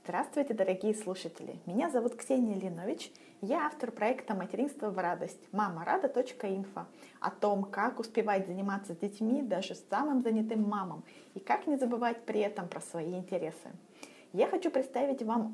Здравствуйте, дорогие слушатели! Меня зовут Ксения Линович. Я автор проекта «Материнство в радость» мамарада.инфо о том, как успевать заниматься с детьми даже с самым занятым мамам и как не забывать при этом про свои интересы. Я хочу представить вам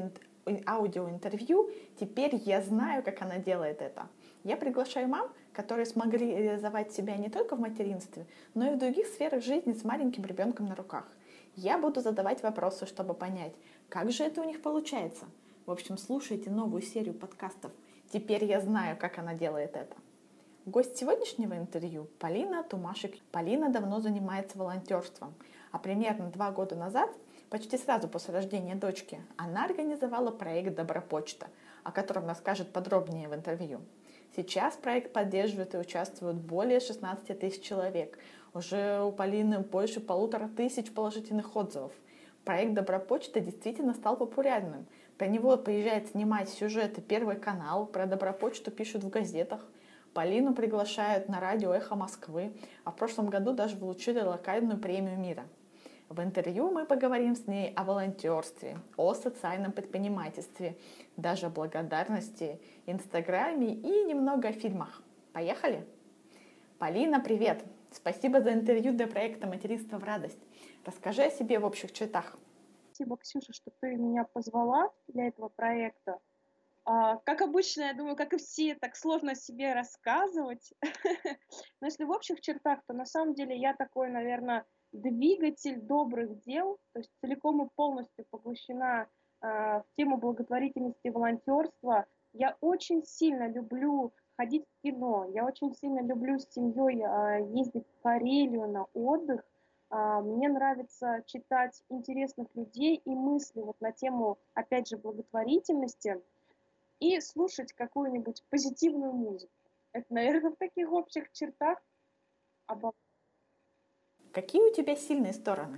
аудиоинтервью «Теперь я знаю, как она делает это». Я приглашаю мам, которые смогли реализовать себя не только в материнстве, но и в других сферах жизни с маленьким ребенком на руках. Я буду задавать вопросы, чтобы понять, как же это у них получается. В общем, слушайте новую серию подкастов «Теперь я знаю, как она делает это». Гость сегодняшнего интервью – Полина Тумашек. Полина давно занимается волонтерством, а примерно 2 года назад, почти сразу после рождения дочки, она организовала проект «Добропочта», о котором расскажет подробнее в интервью. Сейчас проект поддерживает и участвуют более 16 тысяч человек. Уже у Полины больше 1500 положительных отзывов. Проект «Добропочта» действительно стал популярным. Про него приезжает снимать сюжеты Первый канал, про Добропочту пишут в газетах. Полину приглашают на радио «Эхо Москвы», а в прошлом году даже получили локальную премию мира. В интервью мы поговорим с ней о волонтерстве, о социальном предпринимательстве, даже о благодарности, Инстаграме и немного о фильмах. Поехали! Полина, привет! Спасибо за интервью для проекта «Материнство в радость». Расскажи о себе в общих чертах. Спасибо, Ксюша, что ты меня позвала для этого проекта. Как обычно, я думаю, как и все, так сложно о себе рассказывать. Но если в общих чертах, то на самом деле я такой, наверное, двигатель добрых дел, то есть целиком и полностью поглощена в тему благотворительности и волонтерства. Я очень сильно люблю ходить в кино, я очень сильно люблю с семьей ездить в Карелию на отдых. Мне нравится читать интересных людей и мысли вот на тему, опять же, благотворительности и слушать какую-нибудь позитивную музыку. Это, наверное, в таких общих чертах. Какие у тебя сильные стороны?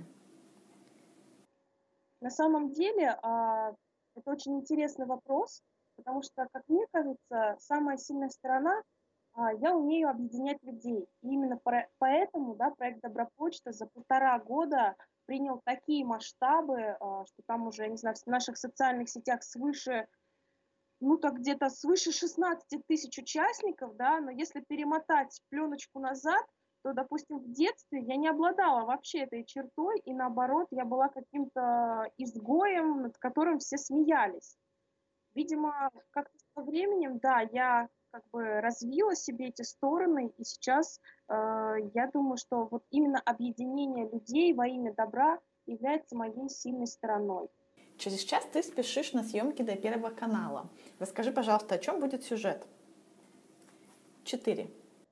На самом деле, это очень интересный вопрос, потому что, как мне кажется, самая сильная сторона, я умею объединять людей. И именно поэтому, да, проект «Добропочта» за 1,5 года принял такие масштабы, что там уже, не знаю, в наших социальных сетях свыше, ну, так где-то свыше 16 тысяч участников, да, но если перемотать пленочку назад, то, допустим, в детстве я не обладала вообще этой чертой, и наоборот, я была каким-то изгоем, над которым все смеялись. Видимо, как-то со временем, да, я как бы развила себе эти стороны, и сейчас я думаю, что вот именно объединение людей во имя добра является моей сильной стороной. Через час ты спешишь на съемки до Первого канала. Расскажи, пожалуйста, о чем будет сюжет? 4.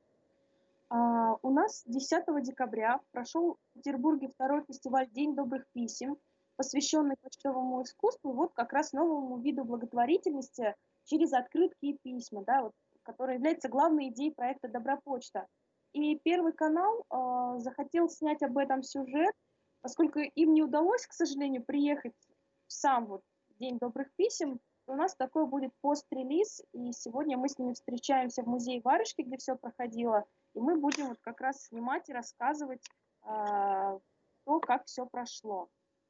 У нас 10 декабря прошел в Петербурге 2-й фестиваль «День добрых писем», посвященный почтовому искусству, вот как раз новому виду благотворительности через открытки и письма, да, вот, которая является главной идеей проекта «Добропочта». И Первый канал захотел снять об этом сюжет, поскольку им не удалось, к сожалению, приехать в сам вот День добрых писем, у нас такой будет пост-релиз, и сегодня мы с ними встречаемся в музее Варежки, где все проходило, и мы будем вот как раз снимать и рассказывать то, как все прошло.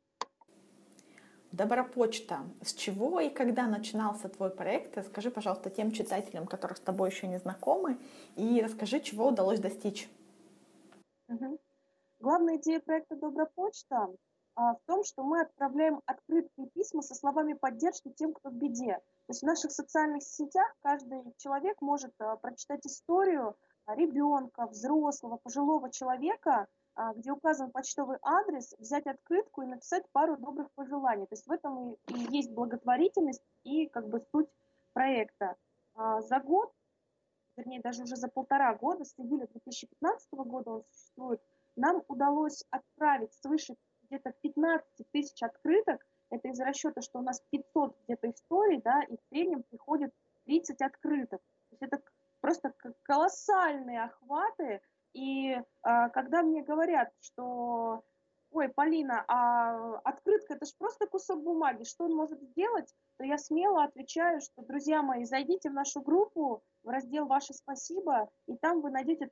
Добропочта. С чего и когда начинался твой проект? Расскажи, пожалуйста, тем читателям, которые с тобой еще не знакомы, и расскажи, чего удалось достичь. Угу. Главная идея проекта «Добропочта» в том, что мы отправляем открытки и письма со словами поддержки тем, кто в беде. То есть в наших социальных сетях каждый человек может прочитать историю ребенка, взрослого, пожилого человека, где указан почтовый адрес, взять открытку и написать пару добрых пожеланий. То есть в этом и есть благотворительность и как бы суть проекта. За год, вернее даже уже за 1,5 года, с июля 2015 года он существует, нам удалось отправить свыше где-то 15 тысяч открыток. Это из расчета, что у нас 500 где-то историй, да, и в среднем приходит 30 открыток. То есть это просто колоссальные охваты. И когда мне говорят, что ой, Полина, а открытка это же просто кусок бумаги, что он может сделать, то я смело отвечаю, что, друзья мои, зайдите в нашу группу, в раздел «Ваше спасибо», и там вы найдете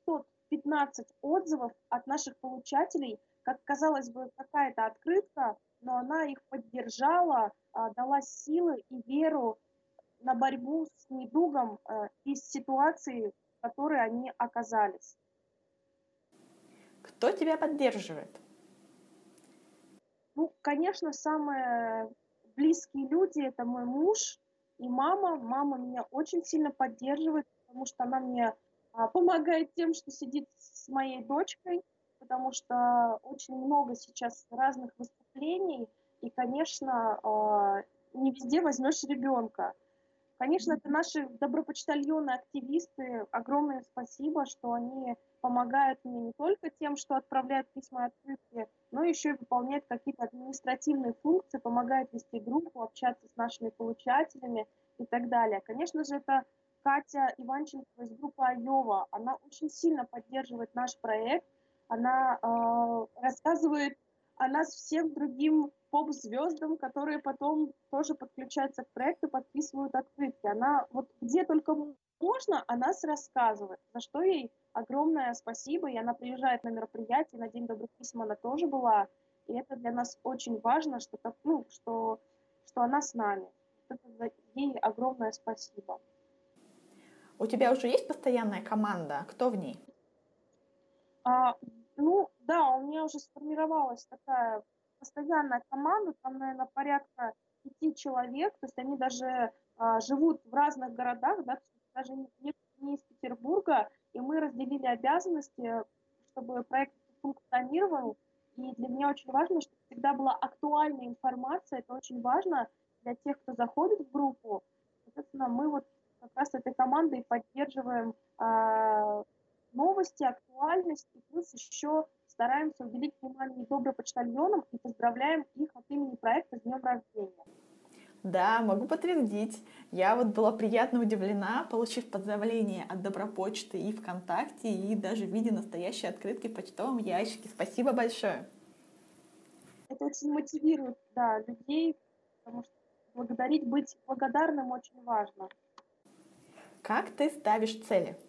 1515 отзывов от наших получателей, как, казалось бы, какая-то открытка, но она их поддержала, дала силы и веру на борьбу с недугом из ситуации, в которой они оказались. Кто тебя поддерживает? Ну, конечно, самые близкие люди — это мой муж и мама. Мама меня очень сильно поддерживает, потому что она мне помогает тем, что сидит с моей дочкой, потому что очень много сейчас разных выступлений, и, конечно, не везде возьмешь ребенка. Конечно, это наши добропочтальоны, активисты. Огромное спасибо, что они помогают мне не только тем, что отправляют письма и открытки, но еще и выполняют какие-то административные функции, помогают вести группу, общаться с нашими получателями и так далее. Конечно же, это Катя Иванченко из группы Айова. Она очень сильно поддерживает наш проект. Она рассказывает о нас всем другим поп-звездам, которые потом тоже подключаются к проекту, подписывают открытки. Она вот где только можно о нас рассказывает, за что ей огромное спасибо. И она приезжает на мероприятие, на День добрых писем она тоже была. И это для нас очень важно, что, ну, что она с нами. Это ей огромное спасибо. У тебя уже есть постоянная команда? Кто в ней? Ну, да, у меня уже сформировалась такая постоянная команда, там, наверное, порядка 5 человек, то есть они даже живут в разных городах, да, даже не из Петербурга, и мы разделили обязанности, чтобы проект функционировал, и для меня очень важно, чтобы всегда была актуальная информация, это очень важно для тех, кто заходит в группу. Соответственно, мы вот как раз этой командой поддерживаем новости, актуальность, и плюс еще стараемся уделить внимание добропочтальонам и поздравляем их от имени проекта с днем рождения. Да, могу подтвердить. Я вот была приятно удивлена, получив поздравления от Добропочты и ВКонтакте, и даже в виде настоящей открытки в почтовом ящике. Спасибо большое. Это очень мотивирует, да, людей, потому что благодарить, быть благодарным очень важно. Как ты ставишь цели?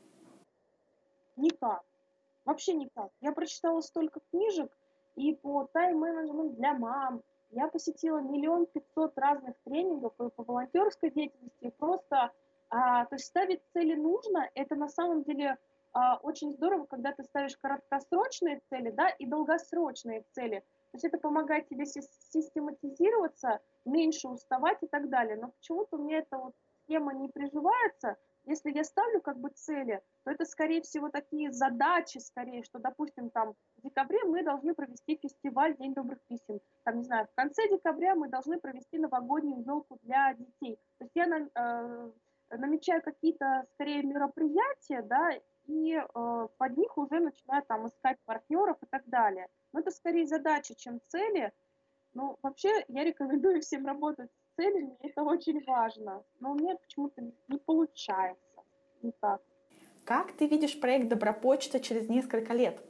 Никак. Вообще никак. Я прочитала столько книжек и по тайм-менеджменту для мам. Я посетила 1 500 000 разных тренингов и по волонтерской деятельности. И просто, то есть ставить цели нужно. Это на самом деле очень здорово, когда ты ставишь краткосрочные цели, да, и долгосрочные цели. То есть это помогает тебе систематизироваться, меньше уставать и так далее. Но почему-то у меня эта вот схема не приживается. Если я ставлю как бы цели, то это, скорее всего, такие задачи, скорее, что, допустим, там в декабре мы должны провести фестиваль День добрых писем. Там, не знаю, в конце декабря мы должны провести новогоднюю елку для детей. То есть я намечаю какие-то, скорее, мероприятия, да, и под них уже начинаю там искать партнеров и так далее. Но это скорее задачи, чем цели. Ну, вообще, я рекомендую всем работать с целями, это очень важно. Но у меня почему-то не получается никак. Как ты видишь проект Добропочта через несколько лет?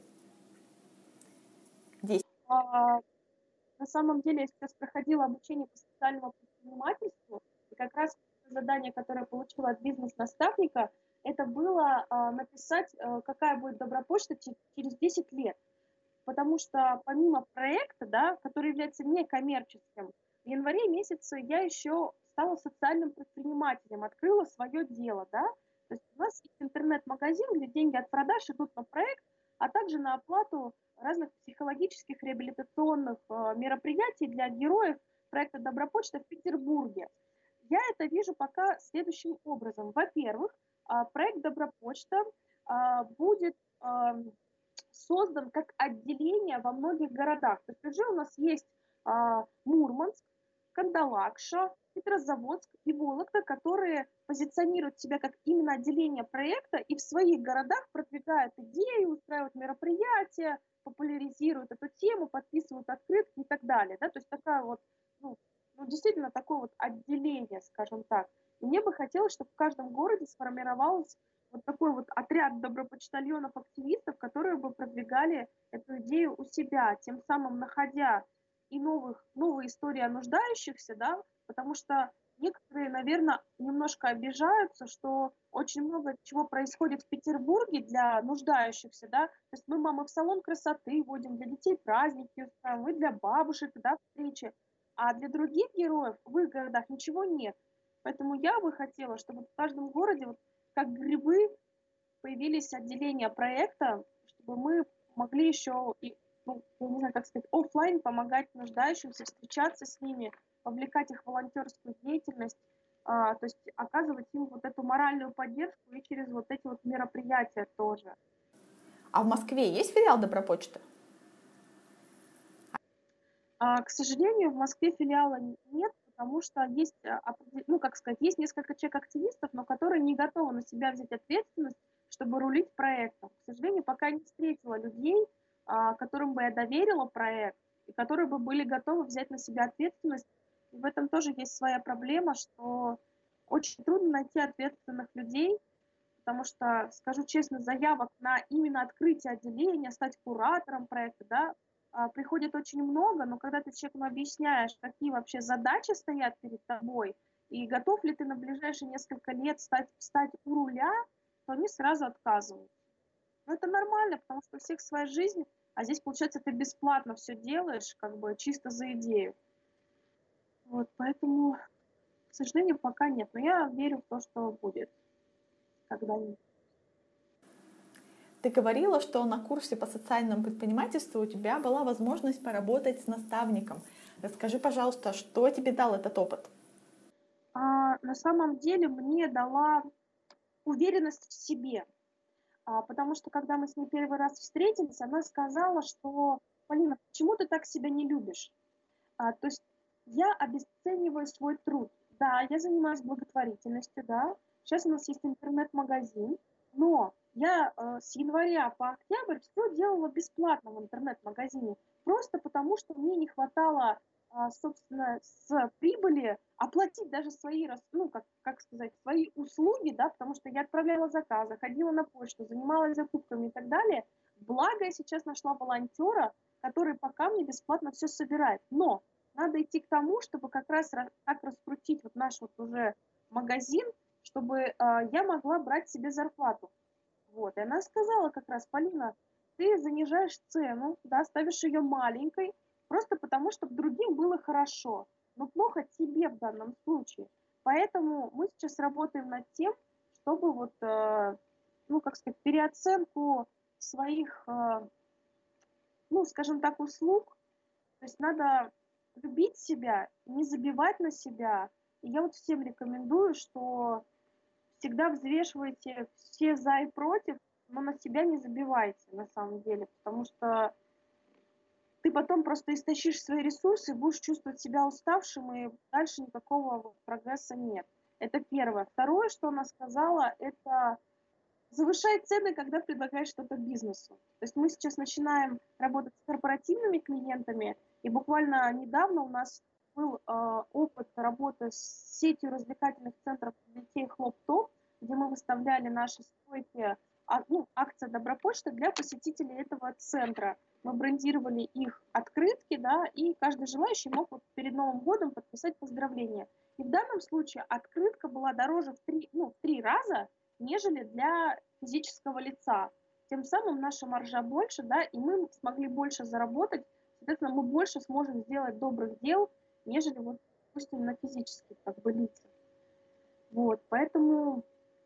На самом деле я сейчас проходила обучение по социальному предпринимательству, и как раз задание, которое я получила от бизнес-наставника, это было написать, какая будет Добропочта через 10 лет. Потому что помимо проекта, да, который является некоммерческим, в январе месяце я еще стала социальным предпринимателем, открыла свое дело, да. То есть у нас есть интернет-магазин, где деньги от продаж идут на проект, а также на оплату разных психологических реабилитационных мероприятий для героев проекта «Добропочта» в Петербурге. Я это вижу пока следующим образом. Во-первых, проект «Добропочта» будет создан как отделение во многих городах. То есть уже у нас есть Мурманск, Кандалакша, Петрозаводск и Вологда, которые позиционируют себя как именно отделение проекта и в своих городах продвигают идеи, устраивают мероприятия, популяризируют эту тему, подписывают открытки и так далее. Да? То есть такая вот, ну, действительно такое вот отделение, скажем так. И мне бы хотелось, чтобы в каждом городе сформировалось вот такой вот отряд добропочтальонов-активистов, которые бы продвигали эту идею у себя, тем самым находя и новые истории о нуждающихся, да, потому что некоторые, наверное, немножко обижаются, что очень много чего происходит в Петербурге для нуждающихся, да. То есть мы мамы в салон красоты водим, для детей праздники устраиваем, и для бабушек, да, встречи. А для других героев в их городах ничего нет. Поэтому я бы хотела, чтобы в каждом городе, вот как грибы, появились отделения проекта, чтобы мы могли еще и, ну, я не знаю, как сказать, оффлайн помогать нуждающимся, встречаться с ними, вовлекать их в волонтерскую деятельность, то есть оказывать им вот эту моральную поддержку и через вот эти вот мероприятия тоже. А в Москве есть филиал Добропочты? К сожалению, в Москве филиала нет, потому что есть, ну, как сказать, есть несколько человек-активистов, но которые не готовы на себя взять ответственность, чтобы рулить проектом. К сожалению, пока не встретила людей, которым бы я доверила проект, и которые бы были готовы взять на себя ответственность. И в этом тоже есть своя проблема, что очень трудно найти ответственных людей, потому что, скажу честно, заявок на именно открытие отделения, стать куратором проекта, да, приходит очень много, но когда ты человеку объясняешь, какие вообще задачи стоят перед тобой, и готов ли ты на ближайшие несколько лет стать у руля, то они сразу отказывают. Но это нормально, потому что у всех своя жизнь, а здесь, получается, ты бесплатно все делаешь, как бы чисто за идею. Вот, поэтому, к сожалению, пока нет. Но я верю в то, что будет когда-нибудь. Ты говорила, что на курсе по социальному предпринимательству у тебя была возможность поработать с наставником. Расскажи, пожалуйста, что тебе дал этот опыт? На самом деле мне дала уверенность в себе, потому что когда мы с ней первый раз встретились, она сказала, что «Полина, почему ты так себя не любишь?» То есть я обесцениваю свой труд. Да, я занимаюсь благотворительностью, да, сейчас у нас есть интернет-магазин, но я с января по октябрь все делала бесплатно в интернет-магазине, просто потому что мне не хватало, собственно, с прибыли оплатить даже свои, ну, как сказать, свои услуги, да, потому что я отправляла заказы, ходила на почту, занималась закупками и так далее. Благо, я сейчас нашла волонтера, который пока мне бесплатно все собирает. Но надо идти к тому, чтобы как раз так раскрутить вот наш вот уже магазин, чтобы я могла брать себе зарплату. Вот. И она сказала как раз: Полина, ты занижаешь цену, да, ставишь ее маленькой, просто потому, чтобы другим было хорошо. Но плохо тебе в данном случае. Поэтому мы сейчас работаем над тем, чтобы вот, ну, как сказать, переоценку своих, ну, скажем так, услуг. То есть надо любить себя, не забивать на себя. И я вот всем рекомендую, что всегда взвешивайте все за и против, но на себя не забивайте на самом деле, потому что ты потом просто истощишь свои ресурсы, будешь чувствовать себя уставшим, и дальше никакого прогресса нет. Это первое. Второе, что она сказала, это завышай цены, когда предлагаешь что-то бизнесу. То есть мы сейчас начинаем работать с корпоративными клиентами, и буквально недавно у нас был опыт работы с сетью развлекательных центров для детей «Хлоп-топ», где мы выставляли наши стойки, ну, акция «Добропочта» для посетителей этого центра. Мы брендировали их открытки, да, и каждый желающий мог вот перед Новым годом подписать поздравления. И в данном случае открытка была дороже в 3 раза, нежели для физического лица. Тем самым наша маржа больше, да, и мы смогли больше заработать, соответственно, мы больше сможем сделать добрых дел, нежели вот, допустим, на физических как бы лицах. Вот, поэтому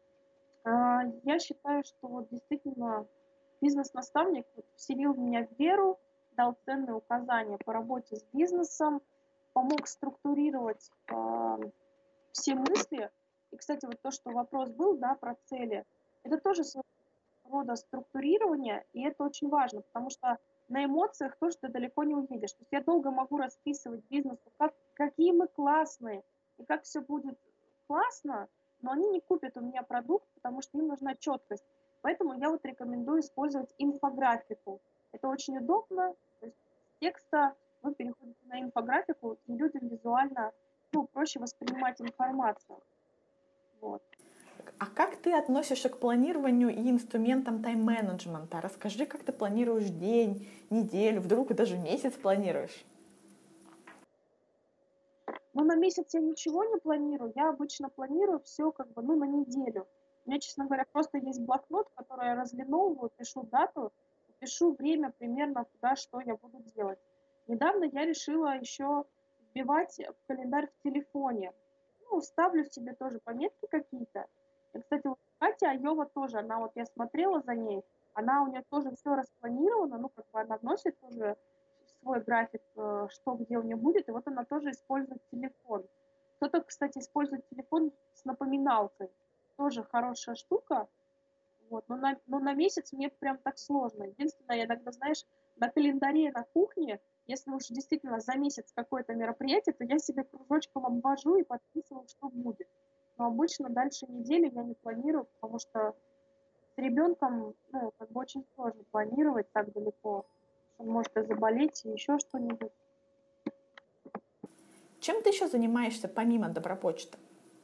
я считаю, что вот действительно бизнес-наставник вот вселил в меня веру, дал ценные указания по работе с бизнесом, помог структурировать все мысли. И, кстати, вот то, что вопрос был, да, про цели, это тоже своего рода структурирование, и это очень важно, потому что на эмоциях тоже ты далеко не уедешь. То есть я долго могу расписывать бизнесу, какие мы классные, и как все будет классно, но они не купят у меня продукт, потому что им нужна четкость. Поэтому я вот рекомендую использовать инфографику. Это очень удобно. То есть с текста вы переходите на инфографику, и людям визуально, ну, проще воспринимать информацию. Вот. А как ты относишься к планированию и инструментам тайм-менеджмента? Расскажи, как ты планируешь день, неделю, вдруг даже месяц планируешь? Но на месяц я ничего не планирую. Я обычно планирую все как бы, ну, на неделю. У меня, честно говоря, просто есть блокнот, который я разлиновываю, пишу дату, пишу время примерно, куда что я буду делать. Недавно я решила еще вбивать в календарь в телефоне. Ну, ставлю себе тоже пометки какие-то. И, кстати, вот Катя Айова тоже, она вот, я смотрела за ней, она у нее тоже все распланировано, ну, как бы она вносит тоже в свой график, что где у нее будет, и вот она тоже использует телефон. Кто-то, кстати, использует телефон с напоминалкой. Тоже хорошая штука. Вот. Но на месяц мне прям так сложно. Единственное, я иногда, знаешь, на календаре на кухне, если уж действительно за месяц какое-то мероприятие, то я себе кружочком обвожу и подписываю, что будет. Но обычно дальше недели я не планирую, потому что с ребенком, ну, как бы очень сложно планировать так далеко. Он может и заболеть, и еще что-нибудь. Чем ты еще занимаешься помимо Добропочты?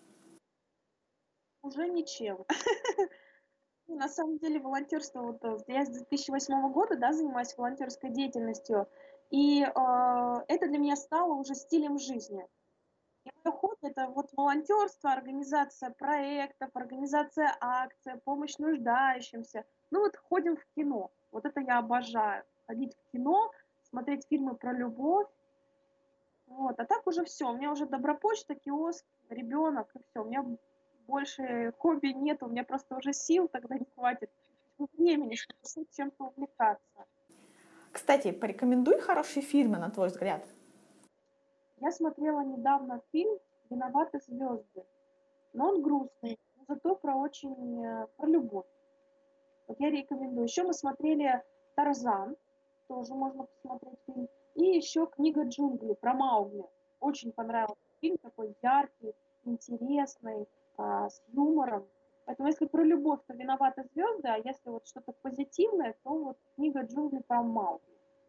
Уже ничем. Ну, на самом деле волонтерство, вот я с 2008 года, да, занимаюсь волонтерской деятельностью, и это для меня стало уже стилем жизни. И мое хобби — это вот волонтерство, организация проектов, организация акций, помощь нуждающимся. Ну вот ходим в кино. Вот это я обожаю. Ходить в кино, смотреть фильмы про любовь. Вот. А так уже все. У меня уже добропочта, киоск, ребенок, и все. У меня больше хобби нет, у меня просто уже сил тогда не хватит, времени, чтобы чем-то увлекаться. Кстати, порекомендуй хорошие фильмы, на твой взгляд. Я смотрела недавно фильм «Виноваты звезды», но он грустный, но зато про любовь. Вот я рекомендую. Еще мы смотрели «Тарзан», тоже можно посмотреть фильм. И еще «Книга джунглей» про Маугли. Очень понравился фильм, такой яркий, интересный, с юмором. Поэтому если про любовь, то «Виноваты звезды», а если вот что-то позитивное, то вот «Книга джунглей» про Маугли.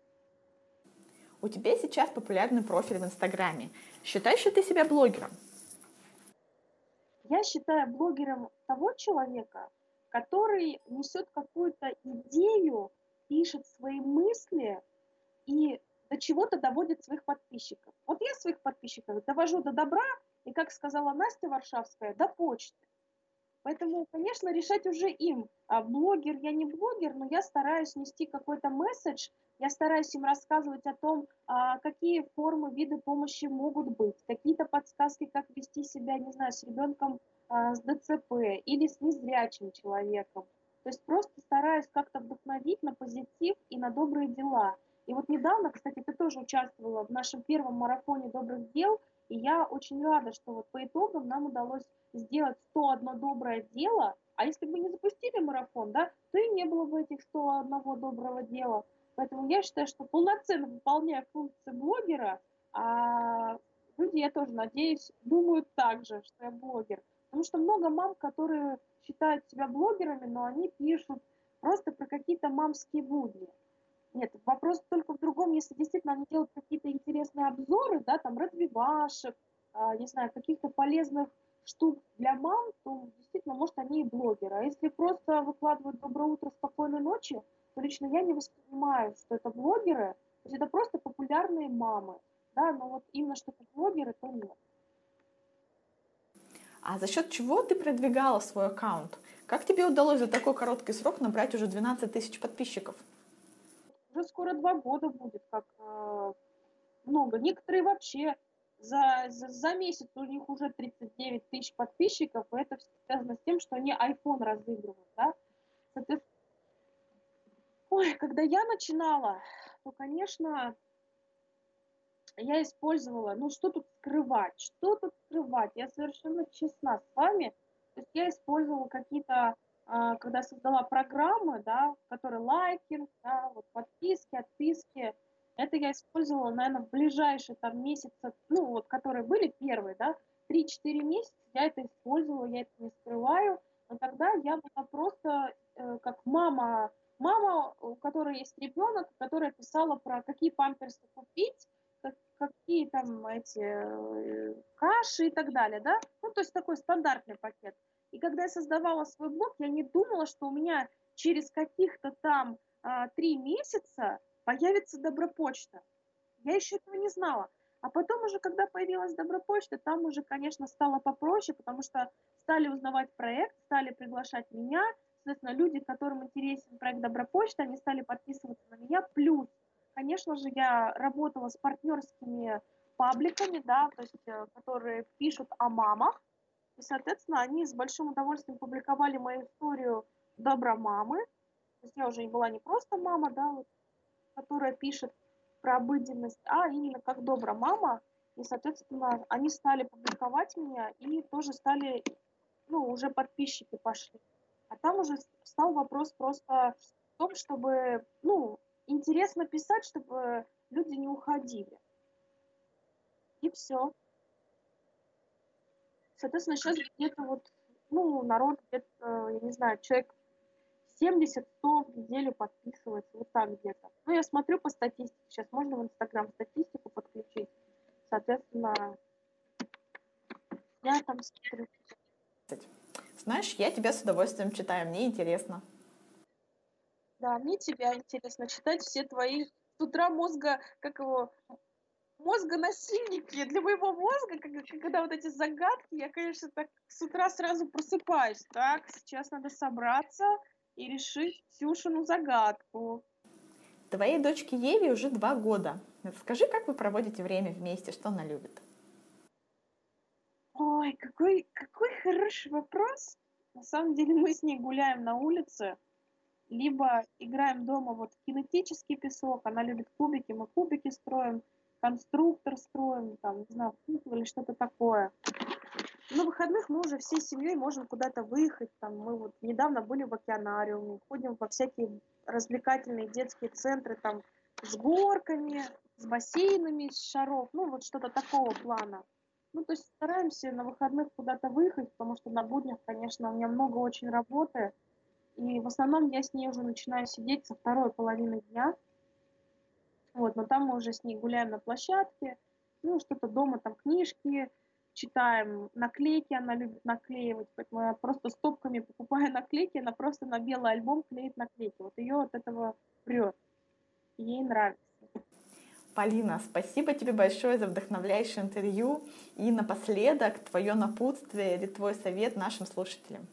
У тебя сейчас популярный профиль в Инстаграме. Считаешь ли ты себя блогером? Я считаю блогером того человека, который несет какую-то идею, пишет свои мысли и до чего-то доводит своих подписчиков. Вот я своих подписчиков довожу до добра, и, как сказала Настя Варшавская, до почты. Поэтому, конечно, решать уже им. А блогер, я не блогер, но я стараюсь нести какой-то месседж, я стараюсь им рассказывать о том, какие формы, виды помощи могут быть, какие-то подсказки, как вести себя, не знаю, с ребенком с ДЦП или с незрячим человеком. То есть просто стараюсь как-то вдохновить на позитив и на добрые дела. И вот недавно, кстати, ты тоже участвовала в нашем первом марафоне добрых дел, и я очень рада, что вот по итогам нам удалось сделать 101 доброе дело, а если бы не запустили марафон, да, то и не было бы этих 101 доброго дела. Поэтому я считаю, что полноценно выполняя функции блогера, люди, я тоже надеюсь, думают так же, что я блогер. Потому что много мам, которые считают себя блогерами, но они пишут просто про какие-то мамские будни. Нет, вопрос только в другом, если действительно они делают какие-то интересные обзоры, да, там, развивашек, не знаю, каких-то полезных штук для мам, то действительно, может, они и блогеры. А если просто выкладывают «Доброе утро, спокойной ночи», то лично я не воспринимаю, что это блогеры, то есть это просто популярные мамы, да, но вот именно что это блогеры, то нет. А за счет чего ты продвигала свой аккаунт? Как тебе удалось за такой короткий срок набрать уже 12 тысяч подписчиков? Уже скоро 2 года будет, как много. Некоторые вообще за месяц у них уже 39 тысяч подписчиков, и это связано с тем, что они iPhone разыгрывают, да. Соответственно, ой, когда я начинала, то, конечно, я использовала, ну что тут скрывать, я совершенно честна с вами, то есть я использовала какие-то, когда создала программы, да, которые лайкинг, да, вот подписки, отписки, это я использовала, наверное, в ближайшие там месяцы, ну вот, которые были первые, да, 3-4 месяца я это использовала, я это не скрываю, но тогда я была просто как мама, у которой есть ребенок, которая писала про какие памперсы купить, какие там эти каши и так далее, да, ну, то есть такой стандартный пакет. И когда я создавала свой блог, я не думала, что у меня через каких-то там 3 месяца появится Добропочта. Я еще этого не знала. А потом уже, когда появилась Добропочта, там уже, конечно, стало попроще, потому что стали узнавать проект, стали приглашать меня. Соответственно, люди, которым интересен проект Добропочта, они стали подписываться на меня. Плюс, конечно же, я работала с партнерскими пабликами, да, то есть, которые пишут о мамах. И, соответственно, они с большим удовольствием публиковали мою историю Добромамы. То есть я уже была не просто мама, да, вот, которая пишет про обыденность, а именно как Добромама. И, соответственно, они стали публиковать меня и тоже стали, ну, уже подписчики пошли. А там уже стал вопрос просто в том, чтобы, ну, интересно писать, чтобы люди не уходили. И все. Соответственно, сейчас где-то вот, ну, народ где-то, я не знаю, человек 70-100 в неделю подписывается, вот так где-то. Ну, я смотрю по статистике, сейчас можно в Инстаграм статистику подключить, соответственно, я там смотрю. Знаешь, я тебя с удовольствием читаю, мне интересно. Да, мне тебя интересно читать все твои с утра мозга, как его, мозгонасильники. Для моего мозга, когда вот эти загадки, я, конечно, так с утра сразу просыпаюсь. Так, сейчас надо собраться и решить Ксюшину загадку. Твоей дочке Еве уже 2 года. Расскажи, как вы проводите время вместе, что она любит? Ой, какой хороший вопрос. На самом деле мы с ней гуляем на улице, либо играем дома вот в кинетический песок, она любит кубики, мы кубики строим, конструктор строим, там, не знаю, куклу или что-то такое. На выходных мы уже всей семьей можем куда-то выехать, там, мы вот недавно были в океанариуме, ходим во всякие развлекательные детские центры, там, с горками, с бассейнами из шаров, ну, вот что-то такого плана. Ну, то есть стараемся на выходных куда-то выехать, потому что на буднях, конечно, у меня много очень работы, и в основном я с ней уже начинаю сидеть со второй половины дня. Вот, но там мы уже с ней гуляем на площадке, ну, что-то дома, там книжки читаем, наклейки она любит наклеивать, поэтому я просто стопками покупаю наклейки, она просто на белый альбом клеит наклейки. Вот ее от этого прет, ей нравится. Полина, спасибо тебе большое за вдохновляющее интервью. И напоследок твое напутствие или твой совет нашим слушателям.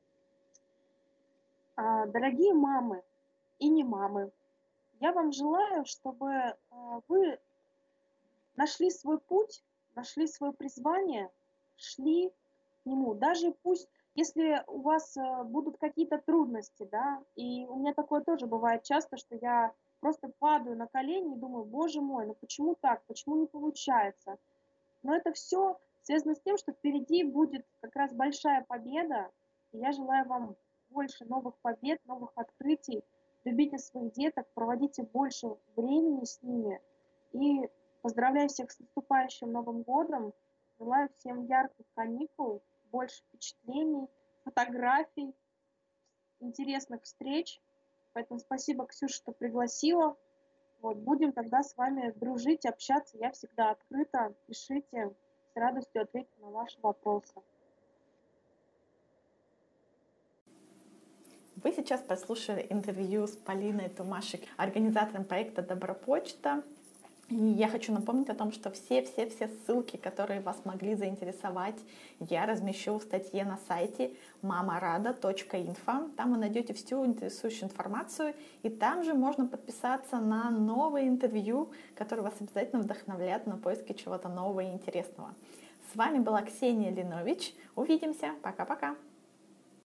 Дорогие мамы и не мамы, я вам желаю, чтобы вы нашли свой путь, нашли свое призвание, шли к нему. Даже пусть, если у вас будут какие-то трудности, да, и у меня такое тоже бывает часто, что я просто падаю на колени и думаю, боже мой, ну почему так, почему не получается? Но это все связано с тем, что впереди будет как раз большая победа, и я желаю вам больше новых побед, новых открытий. Любите своих деток, проводите больше времени с ними. И поздравляю всех с наступающим Новым годом. Желаю всем ярких каникул, больше впечатлений, фотографий, интересных встреч. Поэтому спасибо, Ксюша, что пригласила. Вот, будем тогда с вами дружить, общаться. Я всегда открыта. Пишите, с радостью отвечу на ваши вопросы. Вы сейчас прослушали интервью с Полиной Тумашек, организатором проекта «Добропочта». И я хочу напомнить о том, что все ссылки, которые вас могли заинтересовать, я размещу в статье на сайте mamarada.info. Там вы найдете всю интересующую информацию, и там же можно подписаться на новые интервью, которые вас обязательно вдохновлят на поиски чего-то нового и интересного. С вами была Ксения Линович. Увидимся. Пока-пока.